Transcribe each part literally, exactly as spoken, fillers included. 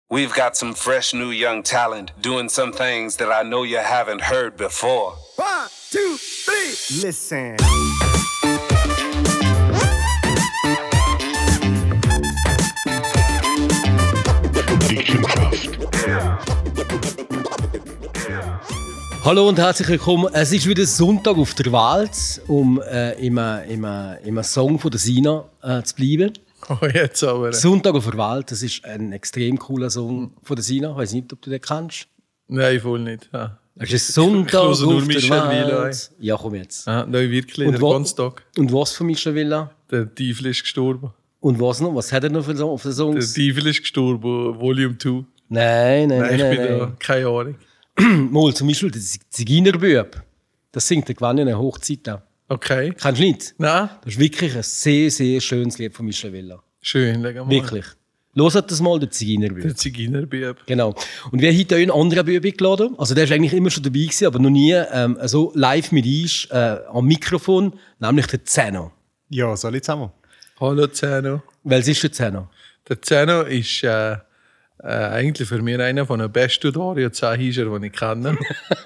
We've got some fresh new young talent doing some things that I know you haven't heard before. One, two, three, listen. Hallo und herzlich willkommen. Es ist wieder Sonntag auf der Welt, um äh, im, im, im Song von der Sina äh, zu bleiben. Oh, jetzt aber. Sonntag auf der Welt, das ist ein extrem cooler Song von der Sina. Ich weiß nicht, ob du den kennst. Nein, voll nicht. Ja. Es ist Sonntag auf nur der Michel Welt. Villa. Ja, komm jetzt. Ja, nein, wirklich, Und der wo- ganze Tag. Und was von Michel Villa? Der Teufel ist gestorben. Und was noch? Was hat er noch für Song, auf den Der Songs? Teufel ist gestorben, Volume zwei. Nein, nein, Nein, ich nein. bin nein, da, keine Ahnung. nein. Mal zum Beispiel der Zigeunerbub. Das singt der Gwen in einer Hochzeit auch. Okay. Kennst du nicht? Nein, Das ist wirklich ein sehr, sehr schönes Lied von Michel Villa. schön, leg mal. Wirklich. Hört das mal, der Zigeunerbub. Der Zigeunerbub. Genau. Und wir haben heute auch einen anderen Bub eingeladen. Also der war eigentlich immer schon dabei gewesen, aber noch nie ähm, so live mit uns äh, am Mikrofon, nämlich der Zeno. Ja, soll ich zusammen? Hallo Zeno. Welches ist der Zeno? Der Zeno ist äh, äh, eigentlich für mich einer von den besten Dario-Zehischer, die ich kenne.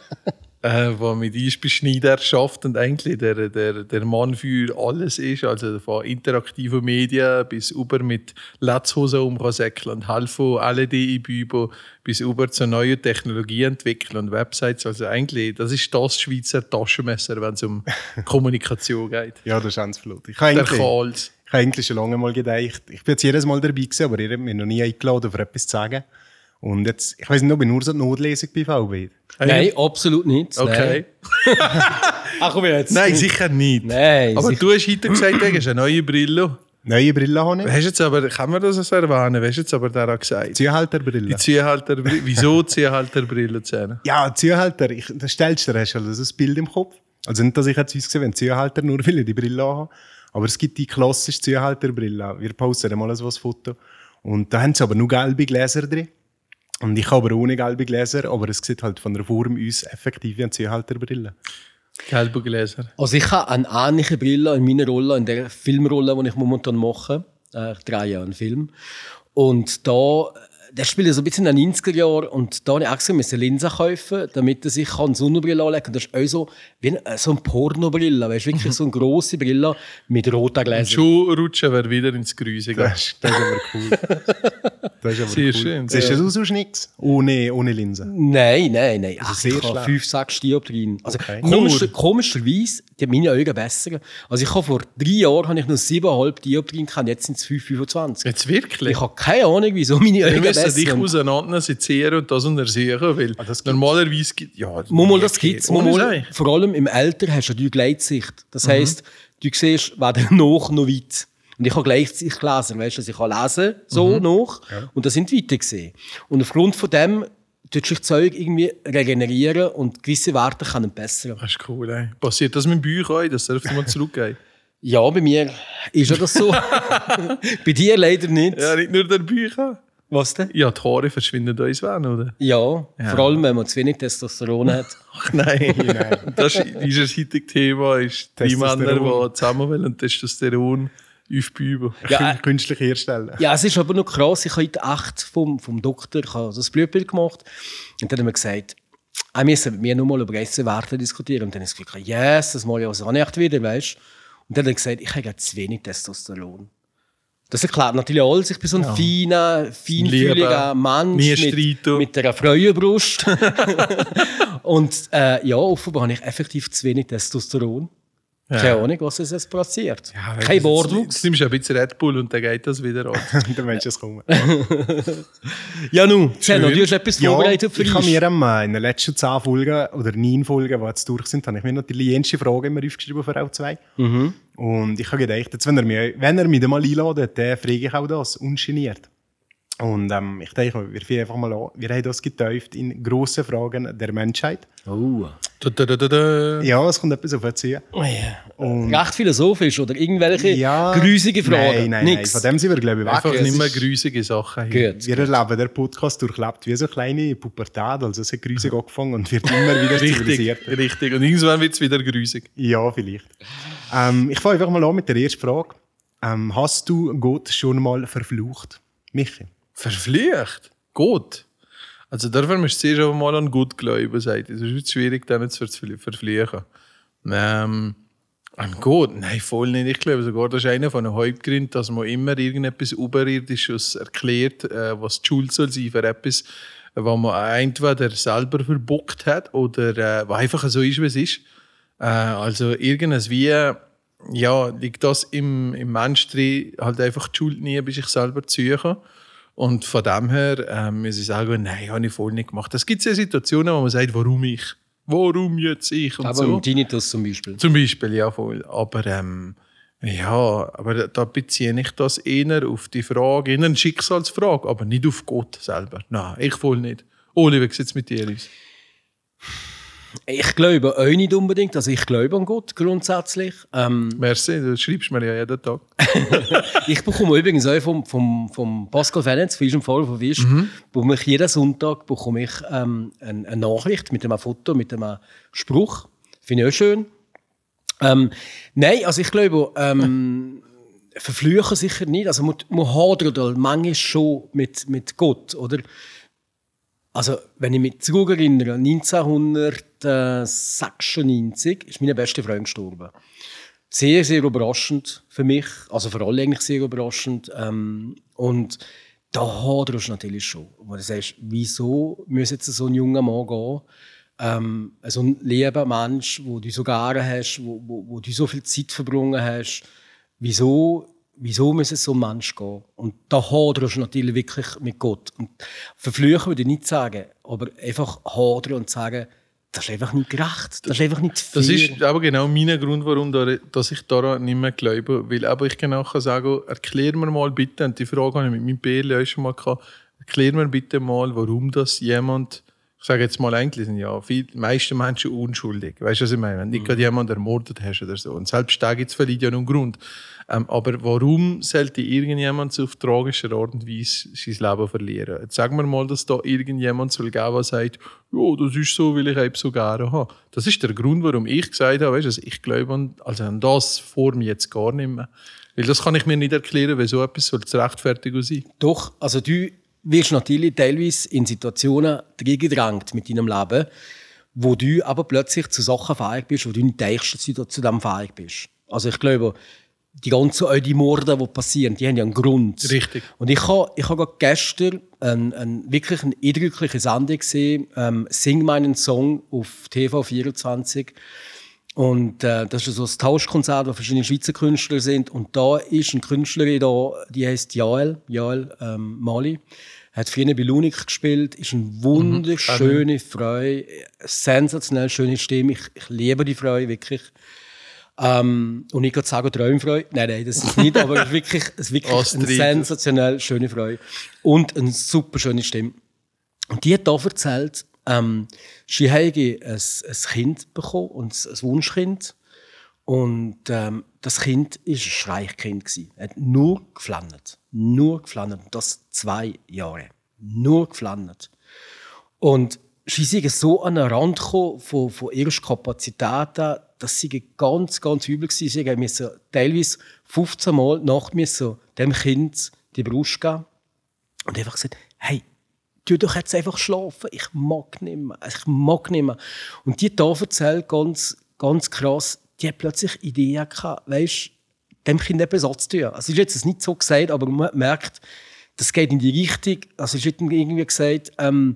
äh, der mit uns bei Schneider schafft und eigentlich der, der, der Mann für alles ist. Also von interaktiven Medien bis über mit Latzhosen umsäckeln und helfen, L E D einbauen, bis über zu neuen Technologien entwickeln und Websites. Also eigentlich, das ist das Schweizer Taschenmesser, wenn es um Kommunikation geht. Ja, das ist ganz flott. Ich habe Der eigentlich, kann alles. ich habe eigentlich schon lange mal gedacht, ich bin jetzt jedes Mal dabei gewesen, aber ihr habt mich noch nie eingeladen, für etwas zu sagen. Und jetzt, ich weiß nicht, ob ich nur so eine Notlesung bei V B. Nein, absolut nicht. Okay. Nein. Ach, komm jetzt. Nein, sicher nicht. Nein, aber sicher- du hast heute gesagt, du hast eine neue Brille. Neue Brille habe ich. Hast jetzt aber, kann man das so erwähnen? Was hast jetzt aber daran gesagt? Ziehhalterbrille. Die Ziehhalterbrille. Wieso Ziehhalterbrille zu Ja, Ziehhalter. Ich, das stellst du dir, hast du also das Bild im Kopf. Also nicht, dass ich jetzt gesehen wenn Ziehhalter nur will ich die Brille haben. Aber es gibt die klassische Ziehhalterbrille. Wir posten mal so ein Foto. Und da haben sie aber nur gelbe Gläser drin. Und ich habe aber ohne gelbe Gläser, aber es sieht halt von der Form uns effektiv wie eine Ziehhalterbrille. Gelbe Gläser. Also ich habe eine ähnliche Brille in meiner Rolle, in der Filmrolle, die ich momentan mache. Äh, ich drehe ja einen Film. Und da, der spielt so ein bisschen in den neunziger Jahren und da habe ich extra eine Linse kaufen, damit er sich eine Sonnenbrille anlegen kann. Das ist auch so wie eine, so eine Pornobrille, weißt, wirklich so eine grosse Brille mit roten Gläsern. Schon rutschen wir wieder ins Grüsige. Das ist, das ist aber cool. Das ist aber Sehr cool. schön. Siehst du das aus nichts? Ohne, ohne Linse? Nein, nein, nein. Ach, sehr ich habe schlecht. fünf, sechs Dioptrien. Also Okay. komischer, komischerweise, die haben meine Augen besser. Also ich habe vor drei Jahren habe ich noch sieben Komma fünf Dioptrien gehabt, jetzt sind es fünf Komma fünfundzwanzig. Jetzt wirklich? Ich habe keine Ahnung, wieso meine Wir Augen müssen besser dich sind. auseinander sezieren und das untersuchen, weil das gibt's. normalerweise gibt ja. Mal, das gibt's. Ohne Mal, Scheiß. vor allem im Alter hast du die Gleitsicht. Das heisst, du siehst weder noch noch weit. Und ich habe gleichzeitig gelesen, weißt du, also ich kann lesen, so noch, und das sind weiter gesehen. Und aufgrund von dem tut sich das Zeug irgendwie regenerieren und gewisse Werte können bessern. Das ist cool, ey. Passiert das mit Büchern auch? Das darf mal zurückgehen. Ja, bei mir ist ja das so. Bei dir leider nicht. Ja, nicht nur der Bücher. Was denn? Ja, die Haare verschwinden uns wenn, oder? Ja, vor allem, wenn man zu wenig Testosteron hat. Ach nein. Das ist dieses heutige Thema ist die Männer, Testosteron. die zusammen wollen Testosteron aufbauen. Ja, äh, Künstlich herstellen. Ja, es ist aber noch krass. Ich habe heute echt vom, vom Doktor ich habe das Blutbild gemacht. Und dann hat er mir gesagt, wir müssen mit mir nur mal über einzelne Werte diskutieren. Und dann habe ich gesagt, yes, das mache ich also auch nicht wieder, weißt du. Und dann hat er gesagt, ich habe zu wenig Testosteron. Das erklärt natürlich alles. Ich bin so ein ja. feiner, feinfühliger Mensch mit, mit einer Freuenbrust. Und äh, ja, offenbar habe ich effektiv zu wenig Testosteron. Ja. Keine Ahnung, was ist jetzt passiert. Ja, kein Wortwuchs. Jetzt nimmst du ein bisschen Red Bull und dann geht das wieder an. Dann willst du es kommen. Ja, nun, Zeno, du hast etwas ja, vorbereitet für ich uns. habe mir ähm, in den letzten zehn Folgen oder neun Folgen, die jetzt durch sind, habe ich mir natürlich jenste Fragen immer aufgeschrieben für auch zwei. Mhm. Und ich habe gedacht, jetzt, wenn er mich, wenn er mich mal einladet, dann frage ich auch das, ungeniert. Und ähm, ich denke, wir fangen einfach mal an. Wir haben das getauft in grosse Fragen der Menschheit. Oh. Da, da, da, da, da. Ja, es kommt etwas auf uns zu. Oh yeah. Recht philosophisch oder irgendwelche ja, grusige Fragen? Nein, nein, nein. Von dem sind wir, glaube ich, weg. Einfach Es nicht mehr ist- grusige Sachen. Hier. Gut. Wir erleben, der Podcast durchlebt wie so eine kleine Pubertät. Also es hat grusig angefangen und wird immer wieder Richtig, zivilisiert. richtig. Und irgendwann wird es wieder grusig. Ja, vielleicht. Ähm, ich fange einfach mal an mit der ersten Frage. Ähm, hast du Gott schon mal verflucht? Michi? Verflucht? Gott. Also dafür musst du zuerst aber mal an Gott glauben, sagt. Es ist schwierig, den zu verfluchen. Ähm, an Gott? Nein, voll nicht. Ich glaube sogar, das ist einer von den Hauptgründen, dass man immer irgendetwas Überirdisches erklärt, äh, was die Schuld soll sein für etwas, was man entweder selber verbockt hat oder äh, was einfach so ist, wie es ist. Äh, also irgendwas wie, ja, liegt das im, im Mensch drin, halt einfach die Schuld nie bei sich selber zu suchen. Und von dem her äh, muss ich sagen, nein, habe ich voll nicht gemacht. Es gibt ja Situationen, wo man sagt, warum ich? Warum jetzt ich? Und Aber so. im Tinnitus zum Beispiel. Zum Beispiel, ja, voll. Aber ähm, ja, aber da beziehe ich das eher auf die Frage, eher eine Schicksalsfrage, aber nicht auf Gott selber. Nein, ich voll nicht. Oli, wie sieht es mit dir aus? Ich glaube auch nicht unbedingt. Also ich glaube an Gott grundsätzlich. Ähm, Merci, du schreibst mir ja jeden Tag. ich bekomme übrigens auch vom, vom, vom Pascal Fenetz, Fisch und Fall von Fisch, mhm. bekomme ich jeden Sonntag bekomme ich, ähm, eine, eine Nachricht mit einem Foto, mit einem Spruch. Finde ich auch schön. Ähm, nein, also ich glaube, ähm, verfluchen sicher nicht. Also man, man hadert manchmal schon mit, mit Gott, oder? Also, wenn ich mich zurückerinnere, neunzehnhundertsechsundneunzig ist meine beste Freundin gestorben. Sehr, sehr überraschend für mich. Also für alle eigentlich sehr überraschend. Ähm, und da haderst du natürlich schon. Wo du sagst, wieso muss jetzt so ein junger Mann gehen? Ähm, so ein lieber Mensch, wo du so gerne hast, wo, wo, wo du so viel Zeit verbrungen hast. Wieso... Wieso muss es so ein Mensch gehen? Und da haderst du natürlich wirklich mit Gott. Und verfluchen würde ich nicht sagen, aber einfach hadern und sagen, das ist einfach nicht gerecht, das ist einfach nicht fair. Das ist aber genau mein Grund, warum da, dass ich daran nicht mehr glaube. Weil aber ich genau kann sagen, erklär mir mal bitte, und die Frage habe ich mit meinem B L auch schon mal gehabt, erklär mir bitte mal, warum das jemand, ich sage jetzt mal eigentlich, sind ja viele, die meisten Menschen unschuldig. Weißt du, was ich meine? Wenn du nicht gerade jemanden ermordet hast oder so. Und selbst da gibt es vielleicht ja noch einen Grund. Ähm, aber warum sollte irgendjemand so auf tragische Art und Weise sein Leben verlieren? Jetzt sagen wir mal, dass da irgendjemand soll geben, der sagt, ja, das ist so, weil ich eben so gerne habe. Das ist der Grund, warum ich gesagt habe, weißt, also ich glaube an, also an das vor mir jetzt gar nicht mehr. Weil das kann ich mir nicht erklären, wie so etwas soll zu rechtfertigen sein. Doch, also du wirst natürlich teilweise in Situationen reingedrängt mit deinem Leben, wo du aber plötzlich zu Sachen fähig bist, wo du nicht denkst, dass du zu dem fähig bist. Also ich glaube, die ganzen auch die Morde, die passieren, die haben ja einen Grund. Richtig. Und ich habe ich habe gestern ein, ein, wirklich eine eindrückliche Sendung gesehen, ähm, «Sing meinen Song» auf T V vierundzwanzig. Und äh, das ist so ein Tauschkonzert, wo verschiedene Schweizer Künstler sind. Und da ist eine Künstlerin, da, die heisst Jael, Jael ähm, Mali. Hat früher bei Lunik gespielt, ist eine wunderschöne mhm. Frau, sensationell schöne Stimme. Ich, ich liebe die Frau wirklich. Ähm, und ich kann sagen, Traumfrau. Nein, nein, das ist nicht, aber es ist wirklich, es ist wirklich eine sensationell schöne Frau. Und eine super schöne Stimme. Und die hat da erzählt, ähm, sie habe ein, ein Kind bekommen, und ein Wunschkind. Und ähm, das Kind war ein Schreikind. Es hat nur geflannt. Nur geflannt. Und das zwei Jahre. Nur geflannt. Und sie sind so an den Rand gekommen von, von ihrer Kapazitäten, dass sie ganz, ganz übel waren. Sie mussten teilweise fünfzehn Mal nachts müssen dem Kind die Brust geben. Und einfach gesagt, hey, tu doch jetzt einfach schlafen. Ich mag nicht mehr. Ich mag nicht mehr. Und die da erzählt ganz, ganz krass, die hat plötzlich Ideen gehabt, weißt, dem Kind etwas anzutun. Also, es ist jetzt nicht so gesagt, aber man merkt, das geht in die Richtung. Also, es ist irgendwie gesagt, ähm,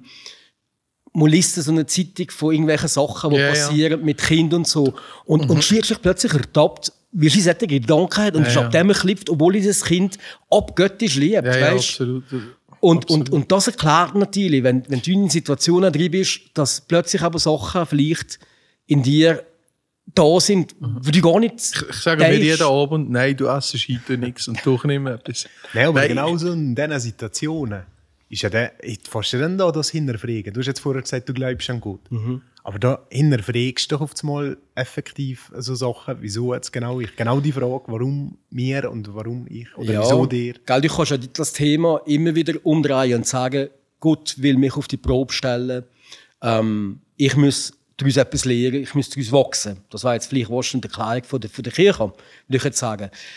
man liest so eine Zeitung von irgendwelchen Sachen, die ja, passieren ja. mit Kindern und so. Und, mhm. und sie hat sich plötzlich ertappt, wie sie solche Gedanken hat und ja, ist ab dem geklippt, obwohl dieses Kind abgöttisch liebt. Ja, ja, weißt? absolut. Und, absolut. und, und das erklärt natürlich, wenn, wenn du in Situationen drin bist, dass plötzlich aber Sachen vielleicht in dir da sind, mhm. wo du gar nicht Ich, ich sage mir jeden Abend, nein, du isst heute nichts und doch nicht mehr etwas. Nein, aber nein. genauso in diesen Situationen ist ja der, fast dann da das Hinterfragen. Du hast jetzt vorher gesagt, du glaubst an Gott. Mhm. Aber da hinterfragst du doch auf einmal effektiv so Sachen, wieso jetzt genau ich. Genau die Frage, warum mir und warum ich oder ja, wieso dir. Gell, du kannst ja das Thema immer wieder umdrehen und sagen, Gott will mich auf die Probe stellen. Ähm, ich muss daraus etwas lernen, ich muss daraus wachsen. Das war jetzt vielleicht wahrscheinlich die Erklärung von der, von der Kirche, würde ich jetzt sagen.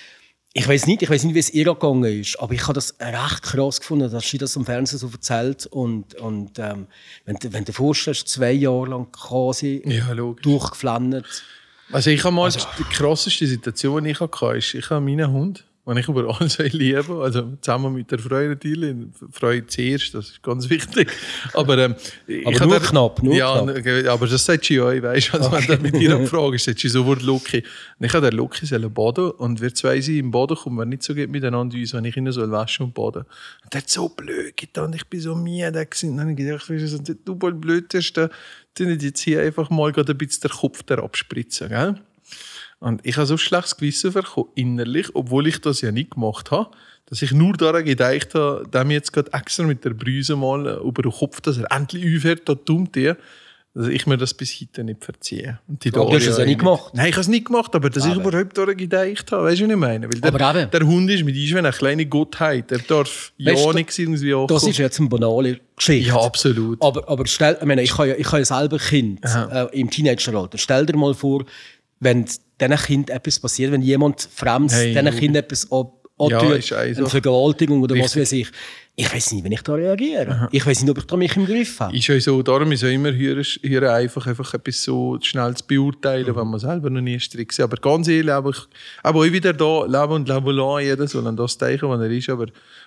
Ich weiß nicht, ich weiß nicht, wie es ihr gegangen ist, aber ich habe das recht krass gefunden, dass sie das am Fernsehen so erzählt. Und, und ähm, wenn, du- wenn du dir vorstellst, zwei Jahre lang quasi Ja, logisch. durchgeflannt. Also ich habe mal, die krasseste Situation, die ich hatte, ist, ich habe meinen Hund, den ich über alles liebe, also zusammen mit der Frau natürlich, Frau zuerst, das ist ganz wichtig. Aber, ähm, ich Aber habe nur der- knapp, nur ja, knapp. n- aber das sagt sie ja, weißt du, also wenn du mit ihr fragst, sagt sie sofort Lucky. Und ich habe der Lucky sollen baden und wir zwei sind im Baden, kommen wir nicht so gut miteinander uns, wenn ich ihn soll waschen und baden. Und der hat so blöd getan und ich bin so müde gewesen. Und dann habe ich gedacht, weißt du, du voll blöd bist, dann tun ich jetzt hier einfach mal gerade ein bisschen den Kopf der abspritzen, gell? Und ich habe so ein schlechtes Gewissen bekommen, innerlich, obwohl ich das ja nicht gemacht habe, dass ich nur daran gedacht habe, dem jetzt gerade extra mit der Brüse mal über den Kopf, dass er endlich aufhört, da dumm dir, dass ich mir das bis heute nicht verziehe. Und die Aber du hast Daria es ja nicht gemacht. Nein, ich habe es nicht gemacht, aber dass ich Aber. überhaupt daran gedacht habe, weißt du, was ich meine? Weil der, Aber eben. der Hund ist mit ihm eine kleine Gottheit, der darf ja Weißt du, nichts irgendwie auch Das ist jetzt eine banale Geschichte. Ja, absolut. Aber, aber stell, ich, meine, ich habe ja, ich habe ja selber Kind äh, im Teenageralter. Stell dir mal vor, wenn diesen Kind etwas passiert, wenn jemand Fremdes Hey, diesen du- Kind etwas ab- Ja, antut, ist also- eine Vergewaltigung oder was Richtig. weiß ich. Ich weiß nicht, wenn ich da reagiere. Ich weiß nicht, ob ich da mich im Griff habe. Ist ja so, darum ist ja immer höher, höher einfach, einfach etwas so schnell zu beurteilen, wenn man selber noch nie strikt ist. Aber ganz ehrlich, aber ich, aber auch wieder da, leben und leben lassen, jeder soll an das denken, was er ist. Aber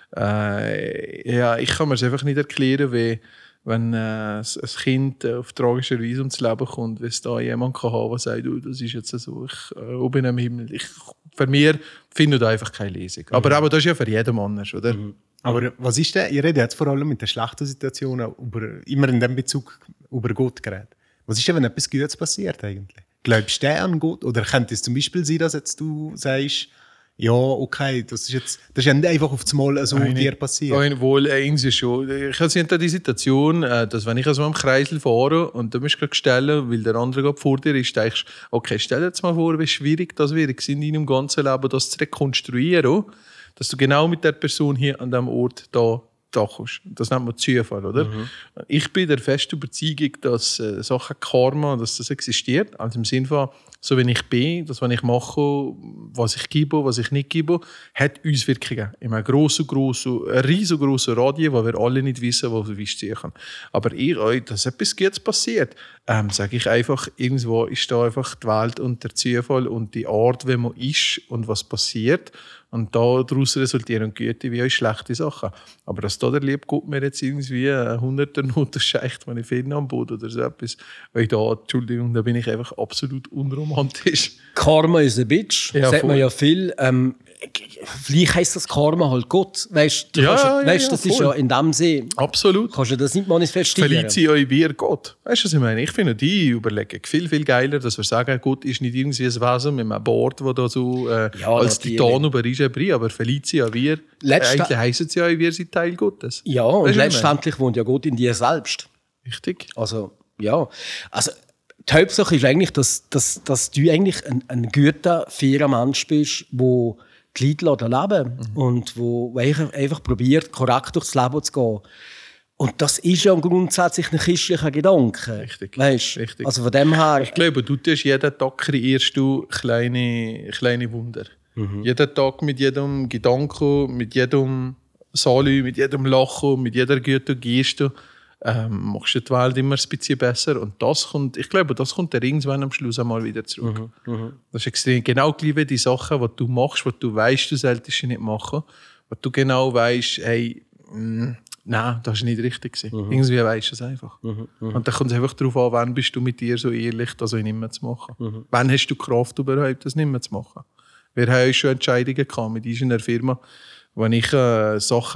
äh, ja, ich kann mir es einfach nicht erklären, wie, wenn äh, ein Kind äh, auf tragische Weise ums Leben kommt, wie es da jemand kann haben, der sagt, du, das ist jetzt so, ich äh, oben am Himmel. Ich, für mich finde da einfach keine Lesung. Aber, aber das ist ja für jeden anders, oder? Aber was ist denn, ihr redet jetzt vor allem mit der schlechten Situation über, immer in dem Bezug über Gott geredet. Was ist denn, wenn etwas Gutes passiert eigentlich? Glaubst du an Gott? Oder könnte es zum Beispiel sein, dass jetzt du sagst, ja, okay, das ist jetzt, das ist ja nicht einfach auf das Mal so Eine- dir passiert. Ein, wohl, äh, irgendwie schon. Ich hatte die Situation, äh, dass wenn ich also am Kreisel fahre und du musst gerade stellen, weil der andere gerade vor dir ist, denkst du, okay, stell dir jetzt mal vor, wie schwierig das wäre in deinem ganzen Leben, das zu rekonstruieren, dass du genau mit der Person hier an diesem Ort da da kommst. Das nennt man Zufall, oder? Ich bin der festen Überzeugung, dass äh, Sachen Karma, dass das existiert. Also im Sinne von, so wie ich bin, das, was ich mache, was ich gebe, was ich nicht gebe, hat Auswirkungen. In einem grossen, grossen, riesengroßen Radio, wo wir alle nicht wissen, wo wir ziehen können. Aber ich, euch, dass etwas Gutes passiert, ähm, sage ich einfach, irgendwo ist da einfach die Welt und der Zufall und die Art, wie man ist und was passiert. Und daraus resultieren gute wie auch schlechte Sachen. Aber dass da der liebe Gott mir jetzt irgendwie äh, hunderte Noten scheicht, wenn ich finde am Boden oder so etwas, weil da, Entschuldigung, da bin ich einfach absolut unromantisch. Karma is a bitch, Ja, sagt voll. man ja viel. Ähm, vielleicht heisst das Karma halt Gott. Weißt du, Ja, kannst, ja, ja, weißt, ja, das ist voll. ja in dem Sinn, Absolut. kannst du das nicht manifestieren. Verliert sie euch wie Gott. Weißt du, was ich meine? Ich finde die Überlegung viel, viel geiler, dass wir sagen, Gott ist nicht irgendwie ein Wesen mit einem Bord, das da so äh, Ja, als natürlich. Titan über ist, aber verliert sie ja wir. Letzte- Äh, eigentlich heissen sie ja, wir sind Teil Gottes. Ja, und Weißt du, was ich meine? letztendlich wohnt ja Gott in dir selbst. Richtig. Also, ja. Also, die Hauptsache ist eigentlich, dass, dass, dass du eigentlich ein, ein guter, fairer Mensch bist, der die Leute leben lässt Mhm. und wo, wo einfach, einfach probiert, korrekt durchs Leben zu gehen. Und das ist ja grundsätzlich ein christlicher Gedanke. Richtig. Weißt? Richtig. Also von dem her... Ich glaube, du tust jeden Tag kreierst du kleine, kleine Wunder. Jeden Tag mit jedem Gedanken, mit jedem Salü, mit jedem Lachen, mit jeder guten Geste ähm, machst du die Welt immer ein bisschen besser. Und das kommt, ich glaube, das kommt dann irgendwann am Schluss einmal wieder zurück. Das ist extrem genau gleich wie die Sachen, die du machst, die du weißt, du solltest sie nicht machen. Wo du genau weißt, hey, mh, nein, das war nicht richtig gewesen. Irgendwie weisst du es einfach. Und dann kommt es einfach darauf an, wann bist du mit dir so ehrlich, das auch nicht mehr zu machen. Wann hast du Kraft überhaupt, das nicht mehr zu machen? Wir haben schon Entscheidungen gehabt mit unserer Firma, wenn ich äh, Sachen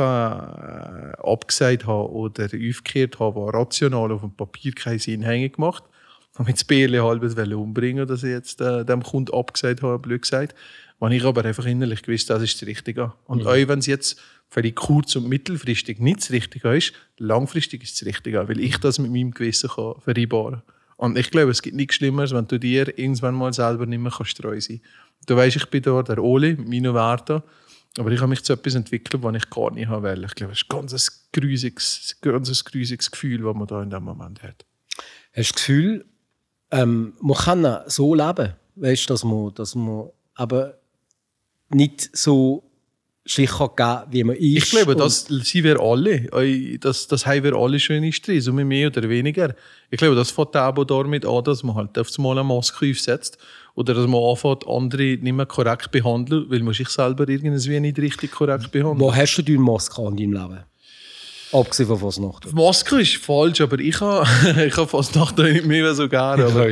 äh, abgesagt habe oder aufgekehrt habe, die rational auf dem Papier keinen Sinn haben gemacht, habe ich das Bärli halb umbringen, dass ich jetzt äh, dem Kunden abgesagt habe, blöd gesagt. Wenn ich aber einfach innerlich gewusst, das ist das Richtige. Und mhm. auch wenn es jetzt vielleicht kurz- und mittelfristig nicht das Richtige ist, langfristig ist es das Richtige, weil ich das mit meinem Gewissen kann vereinbaren kann. Und ich glaube, es gibt nichts Schlimmeres, wenn du dir irgendwann mal selber nicht mehr treu sein kannst. Du weißt, ich bin da der Oli mit meinen Werten, aber ich habe mich zu etwas entwickelt, was ich gar nicht will. Ich glaube, es ist ein ganz grusiges, ganz grusiges Gefühl, das man da in diesem Moment hat. Hast du das Gefühl, ähm, man kann so leben, weißt, dass man, dass man aber nicht so sicher geben, wie man ist. Ich glaube, das sind wir alle. Das, das haben wir alle schon in der Industrie, so mehr oder weniger. Ich glaube, das fängt auch damit an, dass man halt auf einmal eine Maske aufsetzt oder dass man anfängt, andere nicht mehr korrekt behandeln, weil man sich selber irgendwie nicht richtig korrekt behandelt. Wo hast du deine Maske an deinem Leben? Abgesehen von Fasnacht. Die Maske ist falsch, aber ich habe ich ha Fasnacht nicht mehr so gerne. Aber,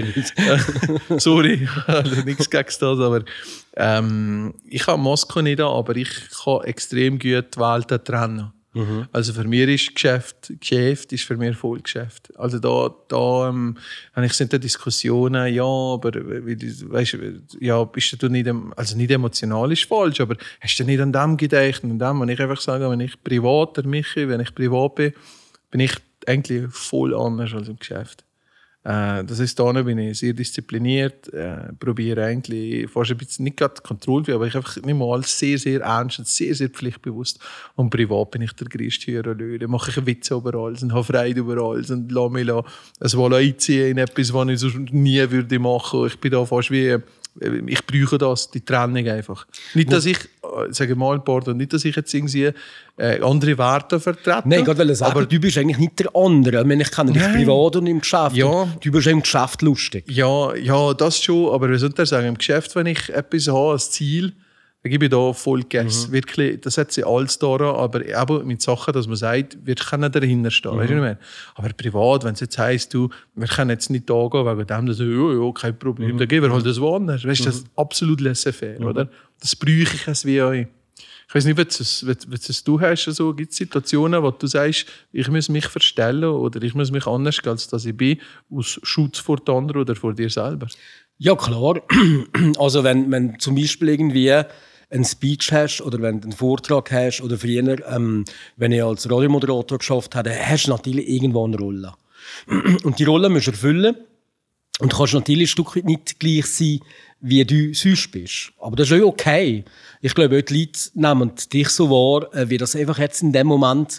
äh, sorry, also nichts gegen das, aber ähm, ich habe Maske nicht an, aber ich kann extrem gut die Welten trennen. Mhm. Also für mich ist Geschäft, Geschäft ist für mich voll Geschäft. Also da, da ähm, habe ich sind da Diskussionen, ja, aber weißt, ja, bist du nicht, also nicht emotional ist falsch, aber hast du nicht an dem gedacht und an dem, wenn ich einfach sage, wenn ich privat, der Michi, wenn ich privat bin, bin ich eigentlich voll anders als im Geschäft. Äh, das heißt, da bin ich sehr diszipliniert, äh, probiere eigentlich fast ein bisschen, nicht gerade Kontrolle, aber ich einfach nicht mal alles sehr, sehr ernst und sehr, sehr pflichtbewusst. Und privat bin ich der größte Hürerlöhle. Mache ich Witze überall und habe Freude überall und lasse mich ein Wolle einziehen in etwas, was ich sonst nie würde machen. Ich bin da fast wie... Ich brauche das, die Trennung einfach. Nicht, dass ich, sage mal, pardon, nicht, dass ich jetzt irgendwie äh, andere Werte vertrete. Nein, ich wollte sagen, aber du bist eigentlich nicht der andere. Ich, meine, ich kenne dich privat und im Geschäft. Ja. Du bist im Geschäft lustig. Ja, ja, das schon. Aber wie soll ich sagen, im Geschäft, wenn ich etwas habe, ein Ziel, dann gebe ich da voll Gas. Mhm. Wirklich, das hat sie alles daran, aber eben mit Sachen, dass man sagt, wir können dahinter stehen. Mhm. Weißt du, was ich meine? Aber privat, wenn es jetzt heisst, du, wir können jetzt nicht da gehen, wegen dem, dass ja, ja, kein Problem, mhm. dann gehen wir halt das woanders. Weißt du, das ist absolut laissez-faire, mhm. oder? Das brauche ich als wie euch. Ich weiß nicht, wenn es, wenn es du hast, also, gibt es Situationen, wo du sagst, ich muss mich verstellen oder ich muss mich anders gehen, als dass ich bin, aus Schutz vor den anderen oder vor dir selber? Ja, klar. Also wenn, wenn zum Beispiel irgendwie einen Speech hast oder wenn du einen Vortrag hast oder früher, ähm, wenn ich als Radiomoderator geschafft habe, hast du natürlich irgendwo eine Rolle. Und die Rolle musst du erfüllen und du kannst natürlich ein Stück weit nicht gleich sein, wie du sonst bist. Aber das ist auch okay. Ich glaube, die Leute nehmen dich so wahr, wie das einfach jetzt in dem Moment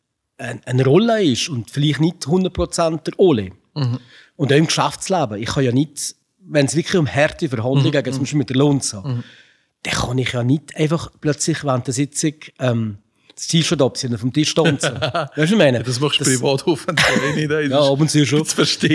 eine Rolle ist und vielleicht nicht hundert Prozent der Ole. Mhm. Und auch im Geschäftsleben. Ich kann ja nicht, wenn es wirklich um harte Verhandlungen geht, mhm. zum Beispiel mit der Lohnzahl, mhm. dann kann ich ja nicht einfach plötzlich während der Sitzung ähm, das T-Shirt abziehen, vom Tisch tanzen. Weißt du, was ich meine? Ja, das machst du privat hoffentlich nicht. Ja, ab und zu schon. Zu verstehen.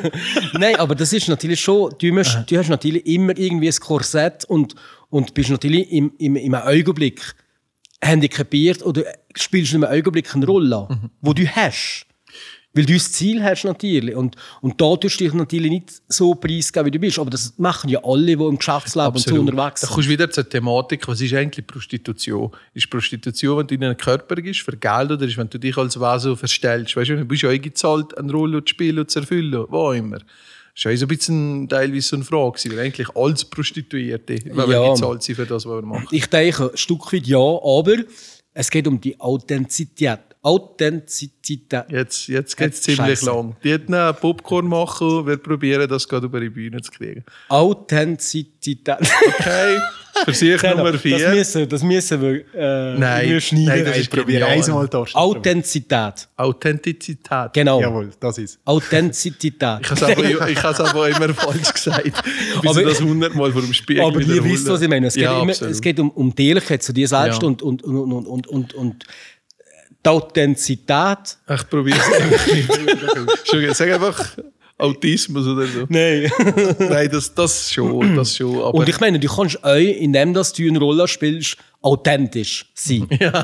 Nein, aber das ist natürlich schon, du, musst, du hast natürlich immer irgendwie ein Korsett und, und bist natürlich im, im, im Augenblick handicapiert oder spielst in einem Augenblick eine Rolle, mhm. wo du hast. Weil du das Ziel hast natürlich. Und, und da tust du dich natürlich nicht so preisgeben, wie du bist. Aber das machen ja alle, die im Geschäftsleben so unterwegs sind. Da kommst du wieder zur Thematik, was ist eigentlich Prostitution? Ist Prostitution, wenn du in einen Körper gehst, für Geld, oder ist, wenn du dich als Wesen verstellst? Weißt du, du bist ja eingezahlt, eine Rolle zu spielen und zu erfüllen, wo immer. Das ist ja so ein bisschen teilweise so eine Frage, weil eigentlich als Prostituierte, wenn ja. wir gezahlt sind für das, was wir machen. Ich denke, ein Stück weit ja, aber es geht um die Authentizität. Authentizität. Jetzt, jetzt geht es ziemlich Scheisse. lang. Die hätten einen Popcorn machen, wir probieren das gerade über die Bühne zu kriegen. Authentizität. Okay, Versuch Nummer vier. Das müssen, das müssen wir äh, nein, schneiden. Nein, das ist probieren einmal da. Authentizität. Authentizität. Genau. Jawohl, das ist Authentizität. Ich habe es aber immer falsch gesagt. Bis aber, das hundertmal vor dem Spiegel aber ihr wisst, was ich meine. Es geht, ja, immer, es geht um, um die Ehrlichkeit zu dir selbst ja. und, und, und, und, und, und, und die Authentizität. Ich probiere es einfach nicht. Sag einfach Autismus oder so. Nein. Nein, das, das schon. Das schon aber und ich meine, du kannst auch, indem du eine Rolle spielst, authentisch sein. Ja.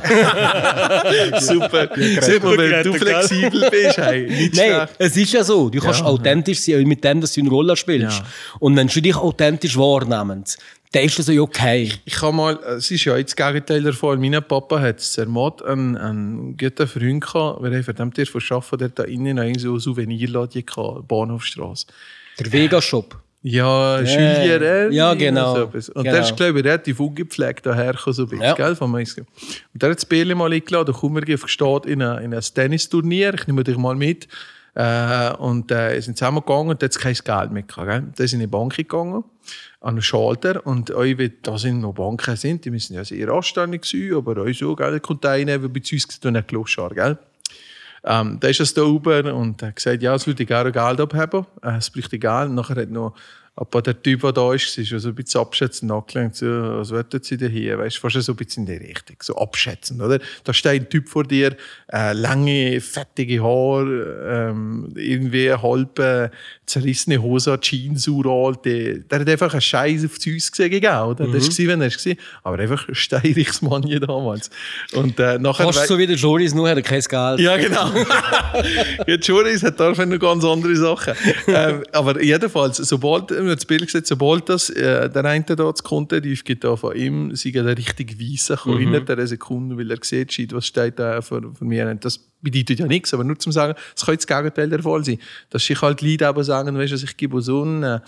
Super. Sag mal, wenn du flexibel bist, hey, nicht Nein, schlecht. es ist ja so. Du kannst ja, authentisch sein, auch mit dem, dass du eine Rolle spielst. Ja. Und wenn du dich authentisch wahrnimmst, dann ist das okay. Ich kann mal, es ist ja jetzt das Gegenteil der Fall. Mein Papa hat Zermatt einen, einen guten Freund gehabt, weil er verdammt davon arbeiten, der da innen noch so Souvenirladen hatte, Bahnhofstrasse. Der Vegasshop. Ja, yeah. Julier, ja, genau. So und genau. der ist, glaube ich, relativ ungepflegt dahergekommen, so ein bisschen, ja. gell, von und der hat das Bärli mal eingeladen, da kommen wir gesteht in ein, in ein Tennisturnier, ich nehme dich mal mit. Äh, und äh, sind zusammengegangen und da hat es kein Geld mehr gehabt. Gell? Da sind in die Bank gegangen, an den Schalter, und euch, wie da sind noch Banken sind, die müssen ja sehr anständig sein, aber euch so, gell, kommt einer, der bei uns nicht gelöscht hat, gell? Ähm, da ist es da oben und hat gesagt, ja, es würde gerne Geld abhaben, äh, es bräuchte Geld. Nachher hat noch Aber der Typ, der da ist, ist so ein bisschen abschätzend angelenkt. So, was wollten sie denn hier? Weißt du, fast so ein bisschen in die Richtung. So abschätzend, oder? Da steht ein Typ vor dir, äh, lange, fettige Haare, ähm, irgendwie halb äh, zerrissene Hose, Jeans, Ural. Der, der hat einfach einen Scheiß auf die Füße gesehen, oder? Mhm. Das war, wenn er es war. Aber einfach ein steirisches Mann damals. Und, äh, nachher Fast so wie der Joris, nur hat er kein Geld. Ja, genau. Ja, Joris hat dafür noch ganz andere Sachen. ähm, aber jedenfalls, sobald, wir haben das Bild gesagt, sobald das, äh, der eine da das Content gibt, da von ihm, sei er richtig weiss, mhm. innerhalb dieser Sekunde, weil er sieht, shit, was steht da für, für mich. Das bedeutet ja nichts, aber nur zum sagen, es könnte das Gegenteil der Fall sein. Dass sich halt Leute aber sagen, weißt du, ich gebe so einen,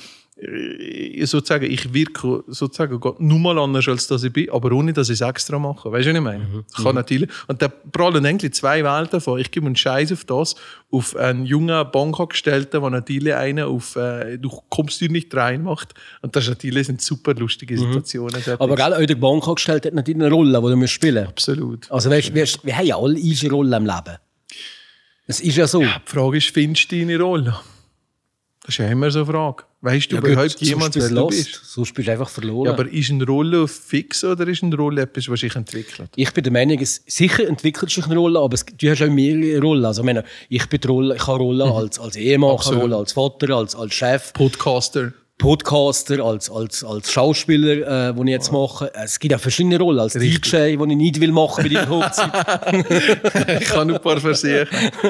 äh, sozusagen, ich wirke sozusagen nur mal anders, als dass ich bin, aber ohne, dass ich es extra mache. Weißt du, was ich meine? Mhm. Das kann natürlich. Und da prallen eigentlich zwei Welten vor. Ich gebe einen Scheiß auf das, auf einen jungen Bankangestellten, der natürlich einen auf, äh, du kommst dir nicht rein macht. Und das natürlich sind super lustige Situationen. Mhm. Aber gerade auch der Bankangestellte hat natürlich eine Rolle, die du spielen musst. Absolut. Also weißt, weißt, wir haben ja alle eine Rolle im Leben. Das ist ja so. Ja, die Frage ist, findest du deine Rolle? Das ist ja immer so eine Frage. Weißt du ja, überhaupt gut, jemand, wer du bist? Sonst bist du einfach verloren. Ja, aber ist eine Rolle fix oder ist eine Rolle etwas, was sich entwickelt? Ich bin der Meinung, es, sicher entwickelt sich eine Rolle, aber es, du hast auch mehrere Rollen. Also, ich, meine, ich, bin die Rolle, ich habe Rollen mhm. als, als Ehemann, ich habe Rolle als Vater, als, als Chef. Podcaster. Podcaster, als, als, als Schauspieler, äh, den ich jetzt mache. Es gibt auch verschiedene Rollen. Als D J, die ich nicht will machen bei der Hochzeit. Ich kann noch ein paar versuchen.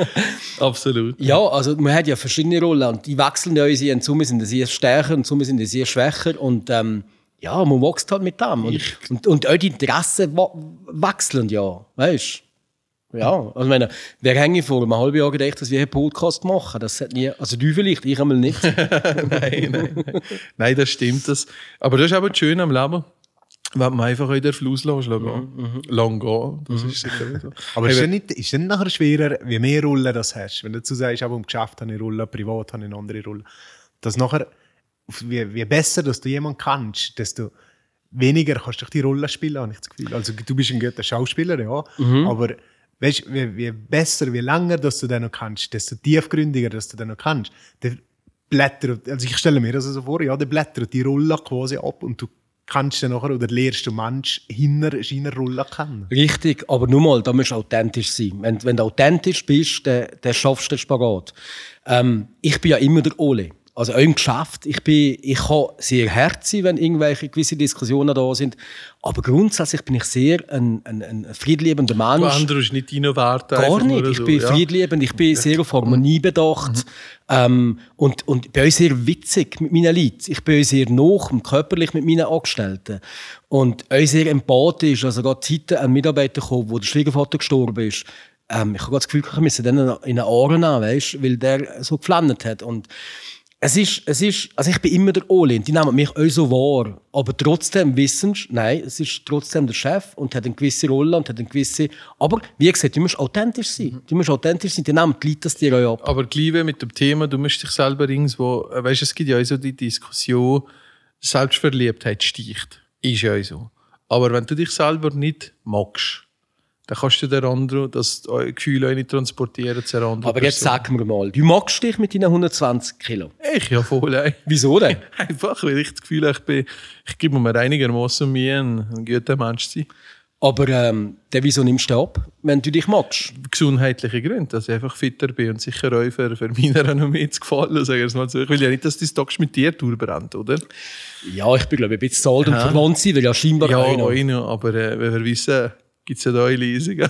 Absolut. Ja, also man hat ja verschiedene Rollen und die wechseln ja uns. Und zum sind sie sehr stärker und zum sind sie sehr schwächer. Und ähm, ja, man wächst halt mit dem. Und, und, und auch die Interessen wechseln ja, weißt du? Ja, also ich meine, wer hänge vor einem halben Jahr gedacht, dass wir einen Podcast machen? Das hat nie, also du vielleicht, ich einmal nicht. nein, nein, nein. Nein, das stimmt. Das. Aber das ist aber schön am Leben, wenn man einfach in den Fluss lässt, mhm, mhm. lang gehen. Das mhm. ist sicher so. Aber ist es nicht, ist nicht nachher schwerer, wie mehr Rollen das hast? Wenn du dazu sagst, aber im Geschäft habe ich eine Rolle, privat habe ich eine andere Rolle. Dass nachher, wie, wie besser dass du jemanden kannst, desto weniger kannst du die Rolle spielen, habe ich das Gefühl. Also du bist ein guter Schauspieler, ja, mhm. aber weißt, wie, wie besser, wie länger dass du den noch kannst, desto tiefgründiger dass du den noch kannst, der blättert, also ich stelle mir das so vor, ja, der blättert die Rolle quasi ab und du kannst dann nachher oder lernst du Mensch hinter seiner Rolle kennen. Richtig, aber nur mal, da musst du authentisch sein. Wenn, wenn du authentisch bist, dann, dann schaffst du den Spagat. Ähm, ich bin ja immer der Ole. Also auch im Geschäft, ich, bin, ich kann sehr hart sein, wenn irgendwelche gewisse Diskussionen da sind. Aber grundsätzlich bin ich sehr ein, ein, ein friedliebender Mensch. Du änderst nicht deine Werte. Gar nicht. Ich so, bin ja. friedliebend, ich bin sehr auf Harmonie bedacht. Mhm. Ähm, und, und bin auch sehr witzig mit meinen Leuten. Ich bin auch sehr nah und körperlich mit meinen Angestellten. Und auch sehr empathisch. Also gerade Zeiten ein Mitarbeiter kam, wo der Schwiegervater gestorben ist. Ähm, ich habe das Gefühl, ich müsse den in den Ohren nehmen, weißt, weil der so geflennt hat. Und Es ist, es ist, also ich bin immer der Ole, die nehmen mich auch so wahr. Aber trotzdem wissen sie, nein, es ist trotzdem der Chef und hat eine gewisse Rolle und hat eine gewisse... Aber wie gesagt, du musst authentisch sein. Du musst authentisch sein, die nehmen die Leute das dir auch ab. Aber gleich mit dem Thema, du musst dich selber irgendwo... Weißt du, es gibt ja auch so die Diskussion, Selbstverliebtheit sticht. Ist ja auch so. Aber wenn du dich selber nicht magst, dann kannst du der andere das Gefühl auch nicht transportieren zu einer anderen Aber jetzt sag mir mal, du magst dich mit deinen hundertzwanzig Kilo? Ich ja voll. Ey. Wieso denn? Einfach, weil ich das Gefühl habe, ich, bin, ich gebe mir einigermaßen Mühe, ein, ein guter Mensch zu sein. Aber ähm, dann wieso nimmst du ab, wenn du dich magst? Gesundheitliche Gründe, dass ich einfach fitter bin und sicher auch für, für meine Renommee zu gefallen. Sag ich mal so. Ich will ja nicht, dass dein Tag mit dir durchbrennt, oder? Ja, ich bin glaube ich ein bisschen zahlt und verwandt sein, weil ja scheinbar ja, einer. Ja, einer, aber äh, wenn wir wissen... Gibt es ja da eine Lesung.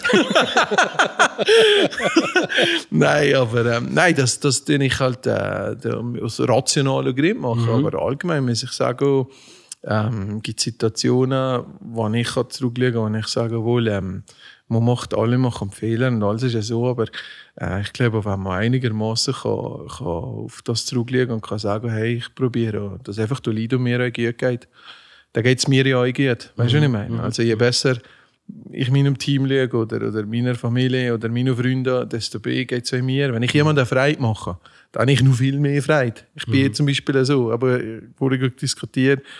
Nein, aber ähm, nein, das, das tue ich halt äh, aus rationalen Gründen machen. Mhm. Aber allgemein muss ich sagen, ähm, gibt es Situationen, wo ich zurückliegen kann, wo ich sage, wohl, ähm, man macht alle machen Fehler und alles ist ja so, aber äh, ich glaube, wenn man einigermaßen kann, kann auf das zurückliegen und kann sagen, hey, ich probiere, dass einfach du Leid um mir auch gut geht, dann geht es mir ja auch gut. Weißt du, mhm. was ich meine? Also je besser ich meinem Team schaue oder, oder meiner Familie oder meinen Freunden, desto besser geht es auch mir. Wenn ich jemanden Freude mache, dann habe ich noch viel mehr Freude. Ich bin mhm. zum Beispiel so, aber vorhin diskutiert,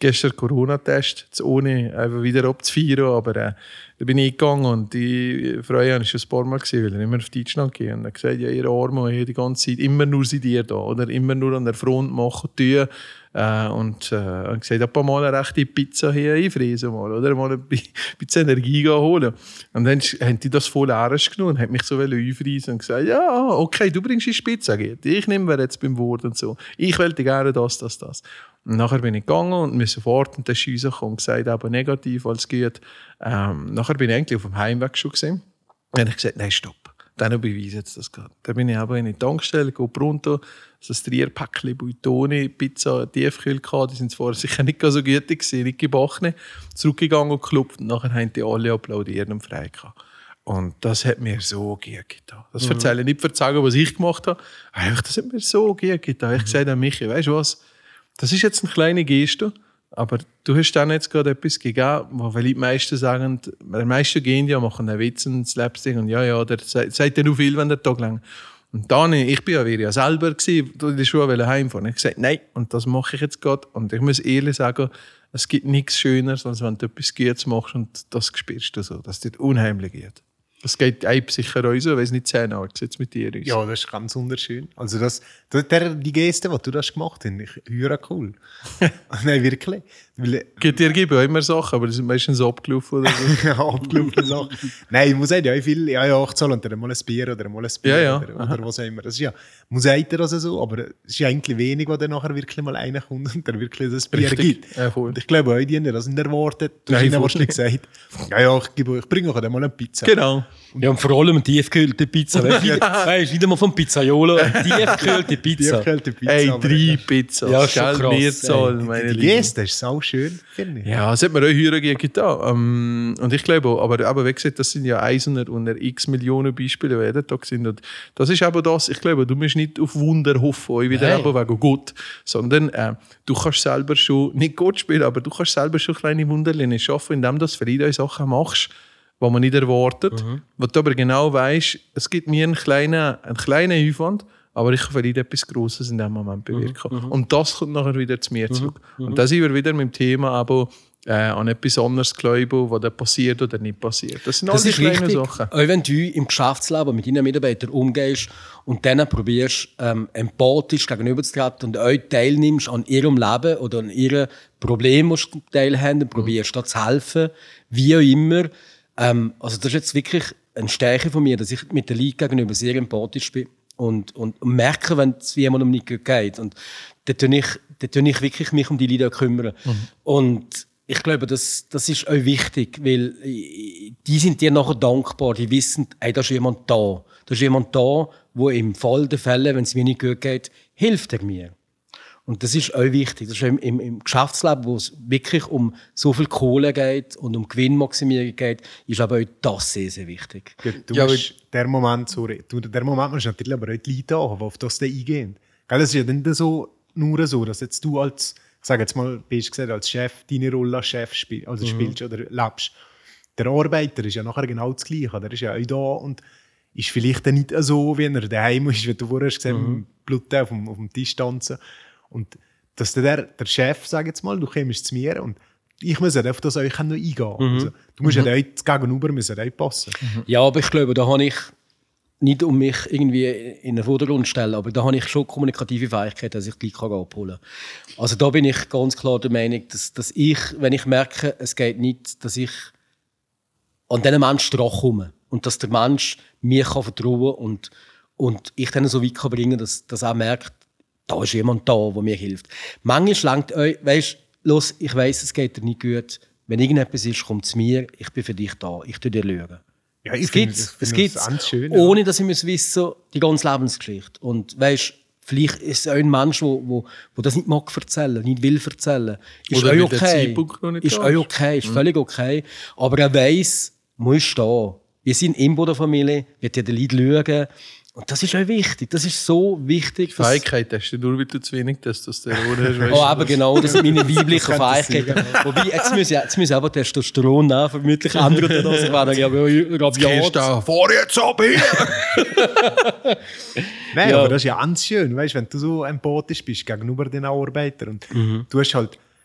gestern Corona-Test, jetzt ohne einfach wieder abzufeiern, aber äh, da bin ich gegangen und die Frau war schon ein paar Mal gesehen, weil er immer auf Deutschland geht und er hat gesagt, ja, ihr Arme, ihr die ganze Zeit immer nur seid ihr da oder immer nur an der Front machen, tun. Äh, und äh, er hat gesagt, ein paar Mal eine rechte Pizza hier einfräsen mal, oder mal ein bisschen Energie holen. Und dann haben die das voll ernst genommen und haben mich so einfräsen und gesagt, ja, okay, du bringst die Pizza, geht. Ich nehme jetzt beim Wort und so. Ich wollte gerne das, das, das. Und nachher bin ich gegangen und mir sofort und der Schüsse kommen und gesagt, aber negativ, alles gut. Ähm, nachher bin ich eigentlich auf dem Heimweg schon gesehen. Dann habe ich gesagt, nein, stopp. Dann beweise jetzt das gerade. Dann bin ich aber in die Tankstelle, gehe runter, so ein Dreierpäckchen Buitoni, Pizza, Tiefkühl gehabt. Die sind vorher sicher nicht so gut gewesen, nicht gebacken. Zurückgegangen und geklopft und nachher haben die alle applaudiert und frei gehabt. Und das hat mir so gut getan. Das mhm. erzähle ich nicht für sagen, was ich gemacht habe. Einfach, das hat mir so gut getan. Ich mhm. gesagt an Michi, weißt du was? Das ist jetzt eine kleine Geste, aber du hast dann jetzt gerade etwas gegeben, wo die meisten sagen, die meisten gehen ja, machen einen Witz und Slapstick und ja, ja, der sagt ja nur viel, wenn der Tag lang. Und dann, ich bin ja wieder ja selber gewesen, in der Schule heimfahren. Ich habe gesagt, nein, und das mache ich jetzt gerade. Und ich muss ehrlich sagen, es gibt nichts Schöneres, als wenn du etwas Gutes machst und das spürst du so, dass es dir unheimlich geht. Das geht einem sicher auch so, weil es nicht zehn Jahre jetzt mit dir ist. Ja, das ist ganz wunderschön. Also das, der, die Geste, die du das gemacht hast, ich höre cool. Nein, wirklich. Weil, Geht dir geben auch immer Sachen, aber die sind meistens abgelaufen oder so. Ja, abgelaufene Sachen. Nein, ich muss sagen, ja, viel, ja, ja, ich zahle dann mal ein Bier oder mal ein Bier ja, ja. oder, oder was auch immer. Das ist ja, man sagt das so, aber es ist eigentlich wenig, was dann nachher wirklich mal reinkommt und dann wirklich das Bier Richtig. gibt. Ja, und ich glaube auch, die haben das nicht erwartet. Du hast ihnen wahrscheinlich gesagt, ja, ja, ich, gebe, ich bringe euch dann mal eine Pizza. Genau. Ja, und vor allem eine tiefgekühlte Pizza. Weißt du, wieder mal vom Pizzaiolo, eine tiefgekühlte Pizza. Tiefgekühlte Pizza. Ey, drei Pizzas. Ja, schon krass. Mehrzahl, meine Die Geste ist sau schön, finde ich. Ja, das hat mir auch höher getan. Ähm, und ich glaube auch, aber, aber wie gesagt, das sind ja Eisener und x Millionen Beispiele, die jeden Tag sind. Und das ist aber das, ich glaube, du musst nicht auf Wunder hoffen, wieder Hey. aber wegen Gott, sondern äh, du kannst selber schon, nicht Gott spielen, aber du kannst selber schon kleine Wunderchen schaffen, indem du viele Sachen machst, die man nicht erwartet, mhm. wo du aber genau weißt, es gibt mir einen kleinen, einen kleinen Aufwand, aber ich kann vielleicht etwas Grosses in dem Moment bewirken. Mhm. Und das kommt nachher wieder zu mir zurück. Mhm. Und da sind wir wieder mit dem Thema aber, äh, an etwas anderes glauben, was da passiert oder nicht passiert. Das sind das alles kleine richtig. Sachen. Auch wenn du im Geschäftsleben mit deinen Mitarbeitern umgehst und denen probierst, ähm, empathisch gegenüberzutreten und auch teilnimmst an ihrem Leben oder an ihren Problemen, die sie teilhaben, probierst da zu helfen, wie auch immer. Ähm, also das ist jetzt wirklich eine Stärke von mir, dass ich mit den Leuten gegenüber sehr empathisch bin. Und, und, und merken, wenn es jemandem nicht gut geht. Und da tue ich, da tue ich wirklich mich um die Leute kümmern. Mhm. Und ich glaube, das, das ist auch wichtig, weil die sind dir nachher dankbar. Die wissen, ey, da ist jemand da. Da ist jemand da, der im Fall der Fälle, wenn es mir nicht gut geht, hilft er mir. Und das ist auch wichtig. Das ist im, im, im Geschäftsleben, wo es wirklich um so viel Kohle geht und um Gewinnmaximierung geht, ist aber auch das sehr, sehr wichtig. Ja, du ja, musst der Moment, sorry, du, der Moment musst natürlich aber auch die Leute haben, die auf das dann eingehen. Gell, es ist ja dann so, nur so, dass jetzt du als, ich sage jetzt mal, bist gesagt, als Chef deine Rolle als Chef spiel, also mhm. spielst oder lebst. Der Arbeiter ist ja nachher genau das Gleiche. Der ist ja auch da und ist vielleicht dann nicht so, wie er daheim ist, wie du vorher hast gesehen, mhm. mit Blut auf dem, auf dem Tisch tanzen. Und dass der, der Chef, sag jetzt mal, du kommst zu mir und ich muss ja auf das euch noch eingehen. Mhm. Also, du musst mhm. ja das Gegenüber müssen ja passen. Mhm. Ja, aber ich glaube, da habe ich nicht um mich irgendwie in den Vordergrund zu stellen, aber da habe ich schon kommunikative Fähigkeiten, dass ich die Leute abholen kann. Also da bin ich ganz klar der Meinung, dass, dass ich, wenn ich merke, es geht nicht, dass ich an diesen Menschen dran komme und dass der Mensch mir kann vertrauen kann und, und ich dann so weit kann bringen kann, dass, dass er merkt, da ist jemand da, der mir hilft. Manchmal langt euch, weisst, los, ich weiss, es geht dir nicht gut. Wenn irgendetwas ist, komm zu mir, ich bin für dich da, ich tue dir schauen. Ja, ich es gibt es gibt's, schön, ohne ja. dass ich muss wissen, die ganze Lebensgeschichte. Und weisst, vielleicht ist es auch ein Mensch, der wo, wo, wo das nicht mag erzählen, nicht will erzählen. Ist Oder auch okay. Ist auch okay, ist mhm. völlig okay. Aber er weiss, man ist da. Wir sind in der Familie, wir dir die Leute schauen. Und das ist auch wichtig. Das ist so wichtig. Fähigkeit hast du nur, weil du zu wenig Testosteron hast. Oh, aber genau, das sind meine weiblichen Fähigkeiten. Wobei, jetzt muss ich, jetzt muss ich aber Testosteron nehmen, vermutlich ändert das. Ich werde ja rabiat. Fahr jetzt ab hier! Nein, ja. aber das ist ja ganz schön, weißt, wenn du so empathisch bist gegenüber den Arbeitern. Und mhm. du hast halt,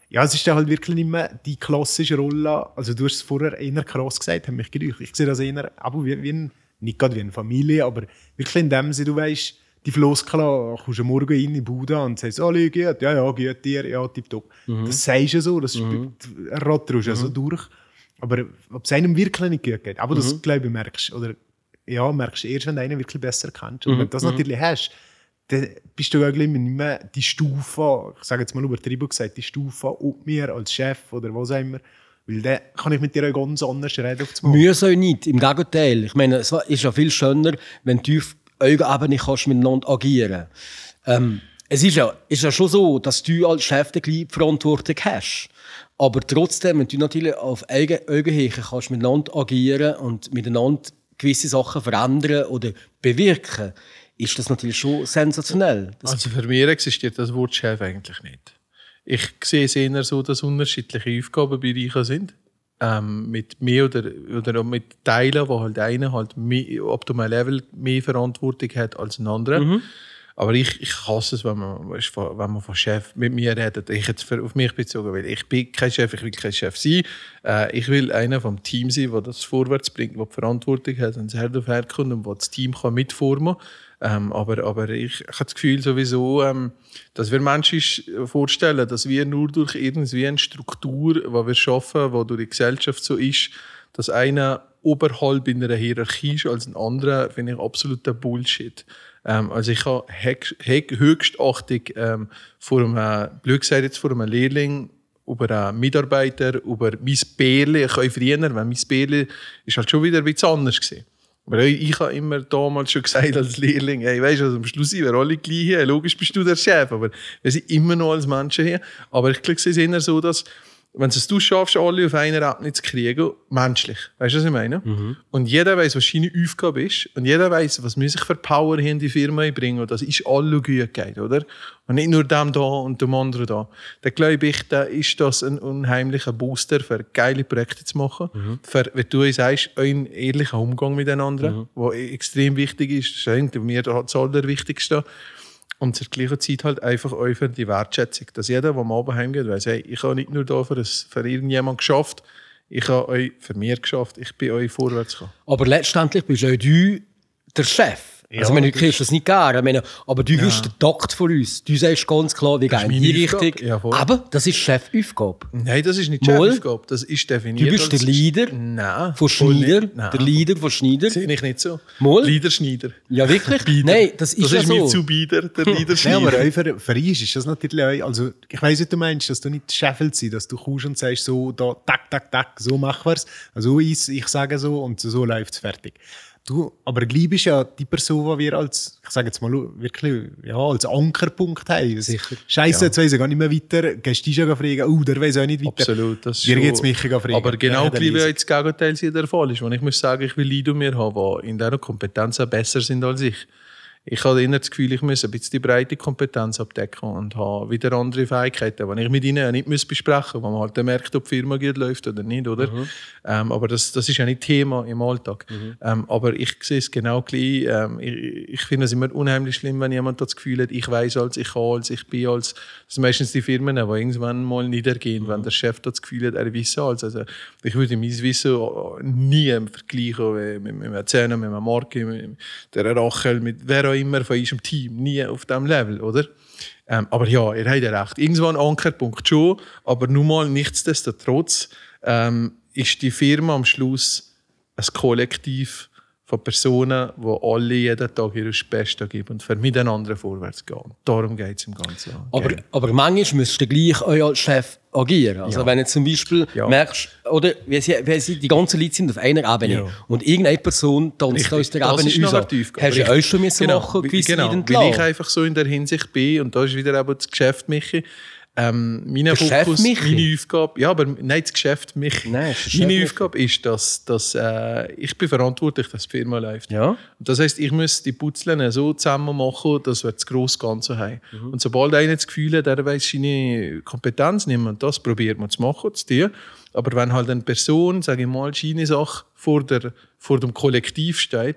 ja, es ist dann halt wirklich nicht mehr die klassische Rolle. Also du hast es vorher eher krass gesagt, haben mich gedrückt. Ich sehe das eher aber wie, wie ein, nicht gerade wie eine Familie, aber wirklich in dem Sinne, du weißt, die Floskel, kommst du morgen rein in die Bude und sagst, alle geht, ja, ja, geht dir, ja, tipptopp. Mhm. Das sagst du so, das mhm. ratterst du mhm. so durch. Aber ob es einem wirklich nicht gut geht, aber mhm. das, glaube ich, merkst du. Oder ja, merkst du erst, wenn du einen wirklich besser kennst. Und mhm. wenn du das natürlich hast, dann bist du eigentlich nicht mehr die Stufe, ich sage jetzt mal übertrieben gesagt, die Stufe ob mir als Chef oder was auch immer. Weil dann kann ich mit dir auch ganz anders reden. Auf das Müssen auch nicht, im Gegenteil. Ich meine, es ist ja viel schöner, wenn du auf Augenebene kannst miteinander agieren. Ähm, es ist ja, ist ja schon so, dass du als Chef die gleiche Verantwortung hast. Aber trotzdem, wenn du natürlich auf Augenhöhe kannst miteinander agieren und miteinander gewisse Sachen verändern oder bewirken, ist das natürlich schon sensationell. Das also für mich existiert das Wort Chef eigentlich nicht. Ich sehe es eher so, dass unterschiedliche Aufgabenbereiche sind. Ähm, mit mehr oder, oder mit Teilen, wo halt einer halt mehr, ab dem Level mehr Verantwortung hat als ein anderer. Mhm. Aber ich, ich hasse es, wenn man, wenn man von Chef mit mir redet. Ich jetzt auf mich bezogen will. Ich bin kein Chef, ich will kein Chef sein. Äh, ich will einer vom Team sein, der das vorwärts bringt, der die Verantwortung hat und das Herd auf Herd kommt und der das Team kann mitformen kann. Ähm, aber, aber ich, ich habe das Gefühl sowieso, ähm, dass wir Menschen vorstellen, dass wir nur durch irgendwie eine Struktur, die wir schaffen, die durch die Gesellschaft so ist, dass einer oberhalb in einer Hierarchie ist als ein anderer, finde ich absoluter Bullshit. Ähm, also ich habe Höchstachtung ähm, vor einem, blöd gesagt jetzt, vor einem Lehrling, über einen Mitarbeiter, über mein Bärli. Ich kann früher, wenn mein Bärli ist halt schon wieder ein bisschen anders gewesen. Aber ich, ich habe immer damals schon gesagt als Lehrling, hey, weißt du, also am Schluss sind wir alle gleich hier. Logisch bist du der Chef, aber wir sind immer noch als Menschen hier. Aber ich glaube, es ist eher so, dass wenn es du schaffst, alle auf einer Ebene zu kriegen, menschlich. Weißt du, was ich meine? Mhm. Und jeder weiß, was seine Aufgabe ist. Und jeder weiß, was wir sich für Power in die Firma bringen. Und das ist alle gut geht, oder? Und nicht nur dem da und dem anderen da. Dann glaube ich, da ist das ein unheimlicher Booster, für geile Projekte zu machen. Mhm. Für, wie du sagst, einen ehrlichen Umgang miteinander, mhm. der extrem wichtig ist. Das ist mir das Allerwichtigste. Und zur gleichen Zeit halt einfach auch für die Wertschätzung. Dass jeder, der am Abend heimgeht, weiss, hey, ich habe nicht nur da für, für irgendjemanden geschafft, ich habe euch für mich geschafft, ich bin euch vorwärts gekommen. Aber letztendlich bist auch du der Chef. Ja, also, du kriegst das nicht gerne. Meine, aber du bist ja. der Takt von uns. Du sagst ganz klar, wie gehen in die Richtung. Ja, aber das ist Chefaufgabe. Nein, das ist nicht Chefaufgabe. Das ist definiert. Du bist der Leader Nein, von Schneider. Nein. Der Leader von Schneider. Sehe ich nicht so. Mal? Leader Schneider. Ja, wirklich? Nein, das ist das ja ist so. Das ist mir zu Bieder, der Leader Schneider. Ja, aber für, für uns ist das natürlich auch, also ich weiss, was du meinst, dass du nicht scheffelt sein, dass du kommst und sagst so, da, tak, tak, tak, so machen wir es. Also ich, ich sage so und so läuft es fertig. Du, aber gleich bist ja die Person, die wir als, ich sage jetzt mal, wirklich, ja, als Ankerpunkt haben. Sicher. Scheiße, ja. Jetzt weiss ich gar nicht mehr weiter. Gehst du dich fragen, oh, der weiss auch nicht weiter. Absolut, das ist Dir geht's mich fragen. Aber genau gleich wie jetzt das Gegenteil der Fall ist. Wenn ich muss sagen, ich will Leute um mir haben, die in dieser Kompetenz auch besser sind als ich. Ich habe immer das Gefühl, ich muss ein bisschen die breite Kompetenz abdecken und habe wieder andere Fähigkeiten, die ich mit ihnen nicht muss besprechen muss, wo man halt merkt, ob die Firma gut läuft oder nicht. Oder? Mhm. Ähm, aber das, das ist ja nicht Thema im Alltag. Mhm. Ähm, aber ich sehe es genau gleich. Ähm, ich ich finde es immer unheimlich schlimm, wenn jemand das Gefühl hat, ich weiß als, ich kann als, ich bin als. Das sind meistens die Firmen, die irgendwann mal niedergehen, mhm. wenn der Chef das Gefühl hat, er weiß als. Also, ich würde mein Wissen nie vergleichen mit, mit einem Zähne, mit einem Marke, mit der Rachel, mit wer auch immer von unserem Team, nie auf diesem Level, oder? Ähm, aber ja, ihr habt ja recht. Irgendwann ein Ankerpunkt schon, aber nun mal nichtsdestotrotz ähm, ist die Firma am Schluss ein Kollektiv von Personen, die alle jeden Tag ihr Bestes geben und für miteinander vorwärts gehen. Darum geht es im Ganzen. Aber, aber manchmal müsst ihr gleich euch als Chef agieren. Also ja. Wenn du zum Beispiel ja. merkst, oder wie sie, wie sie, die ganzen Leute sind auf einer Ebene ja. und irgendeine Person tanzt aus der Ebene raus. Hast du auch schon müssen genau. machen müssen, gewisse genau. Weil ich einfach so in der Hinsicht bin, und da ist wieder eben das Geschäft, Michi, Ähm, mein Fokus, meine Aufgabe, ja, aber nein, das Geschäft mich. Nein, das meine Chef Aufgabe Michi. ist, dass, dass äh, ich bin verantwortlich, dass die Firma läuft. Ja. Und das heisst, ich muss die Putzeln so zusammen machen, dass wir das grosse Ganze haben. Mhm. Und sobald einer das Gefühl hat, er weiss seine Kompetenz nicht mehr, und das probiert man zu machen, zu tun. Aber wenn halt eine Person, sage ich mal, seine Sache vor, der, vor dem Kollektiv steht,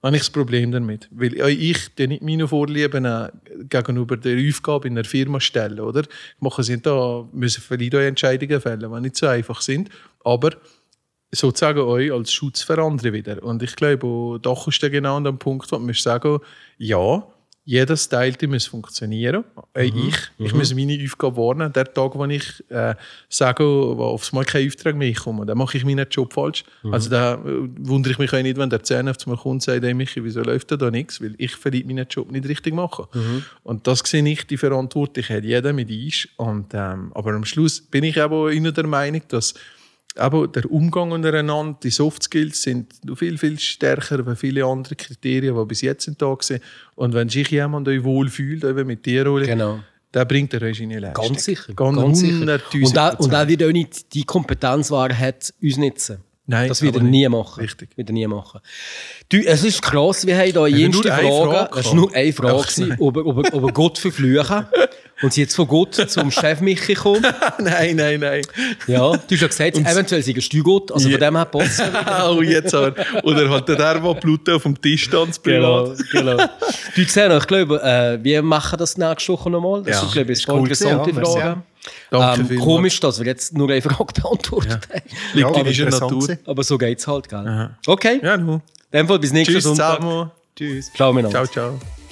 habe ich das Problem damit. Weil ich die nicht meine Vorlieben äh, gegenüber der Aufgabe in einer Firma stellen, oder? Machen sie da, müssen vielleicht auch Entscheidungen fällen, die nicht so einfach sind, aber sozusagen euch als Schutz für andere wieder. Und ich glaube, da ist der genau an dem Punkt, wo man sagen, ja, jedes Teil muss funktionieren. Äh, Mhm. Ich, ich Mhm. muss meine Aufgabe wahrnehmen. Der Tag, wo ich äh, sage, wo aufs Mal kein Auftrag mehr kommt, dann mache ich meinen Job falsch. Mhm. Also da äh, wundere ich mich auch nicht, wenn der Zehn auf einmal kommt und sagt, hey, Michi, wieso läuft da nichts? Weil ich vielleicht meinen Job nicht richtig mache. Mhm. Und das sehe ich, die Verantwortlichkeit, jeder mit ist. Und, ähm, aber am Schluss bin ich aber immer der Meinung, dass aber der Umgang untereinander, die Soft Skills sind noch viel, viel stärker als viele andere Kriterien, die bis jetzt sind da sind. Und wenn sich jemand euch wohlfühlt, eben mit dieser Rolle, Genau. der bringt er euch in die Leistung. Ganz sicher. Ganz, Ganz sicher. hunderttausend Und auch, und auch Prozent. wird auch nicht die Kompetenz, die er hat, uns nutzen. Nein, Das wird er aber nie nicht. machen. Richtig. Wird er nie machen. Du, es ist krass, wir haben hier nur jenste eine Fragen. Frage Es war nur eine Frage, Ach, gewesen, nein. ob, er- ob, er- ob er Gott verfluchen. Und sie jetzt von Gott zum Chef Michi kommen. nein, nein, nein. Ja, du hast ja gesagt, eventuell sei ein Gott. Also Ja. von dem her passt es. Oh, jetzt aber. Oder halt der, der Blut auf dem Tisch tanzt privat. genau. Du siehst, ich glaube, äh, wir machen das nächste Woche nochmal. Das Ja, ist, glaube ich, ist ein paar cool gewesen, interessante ja, merci, Fragen. Danke Ähm, vielmals. komisch, dass wir jetzt nur eine Frage beantwortet haben. Liegt aber in unserer interessant Natur. gewesen. Aber so geht es halt, gell? Okay, Ja, nu. in dem Fall bis nächsten Tschüss Sonntag. zusammen. Tschüss. Ciao miteinander. Ciao, ciao.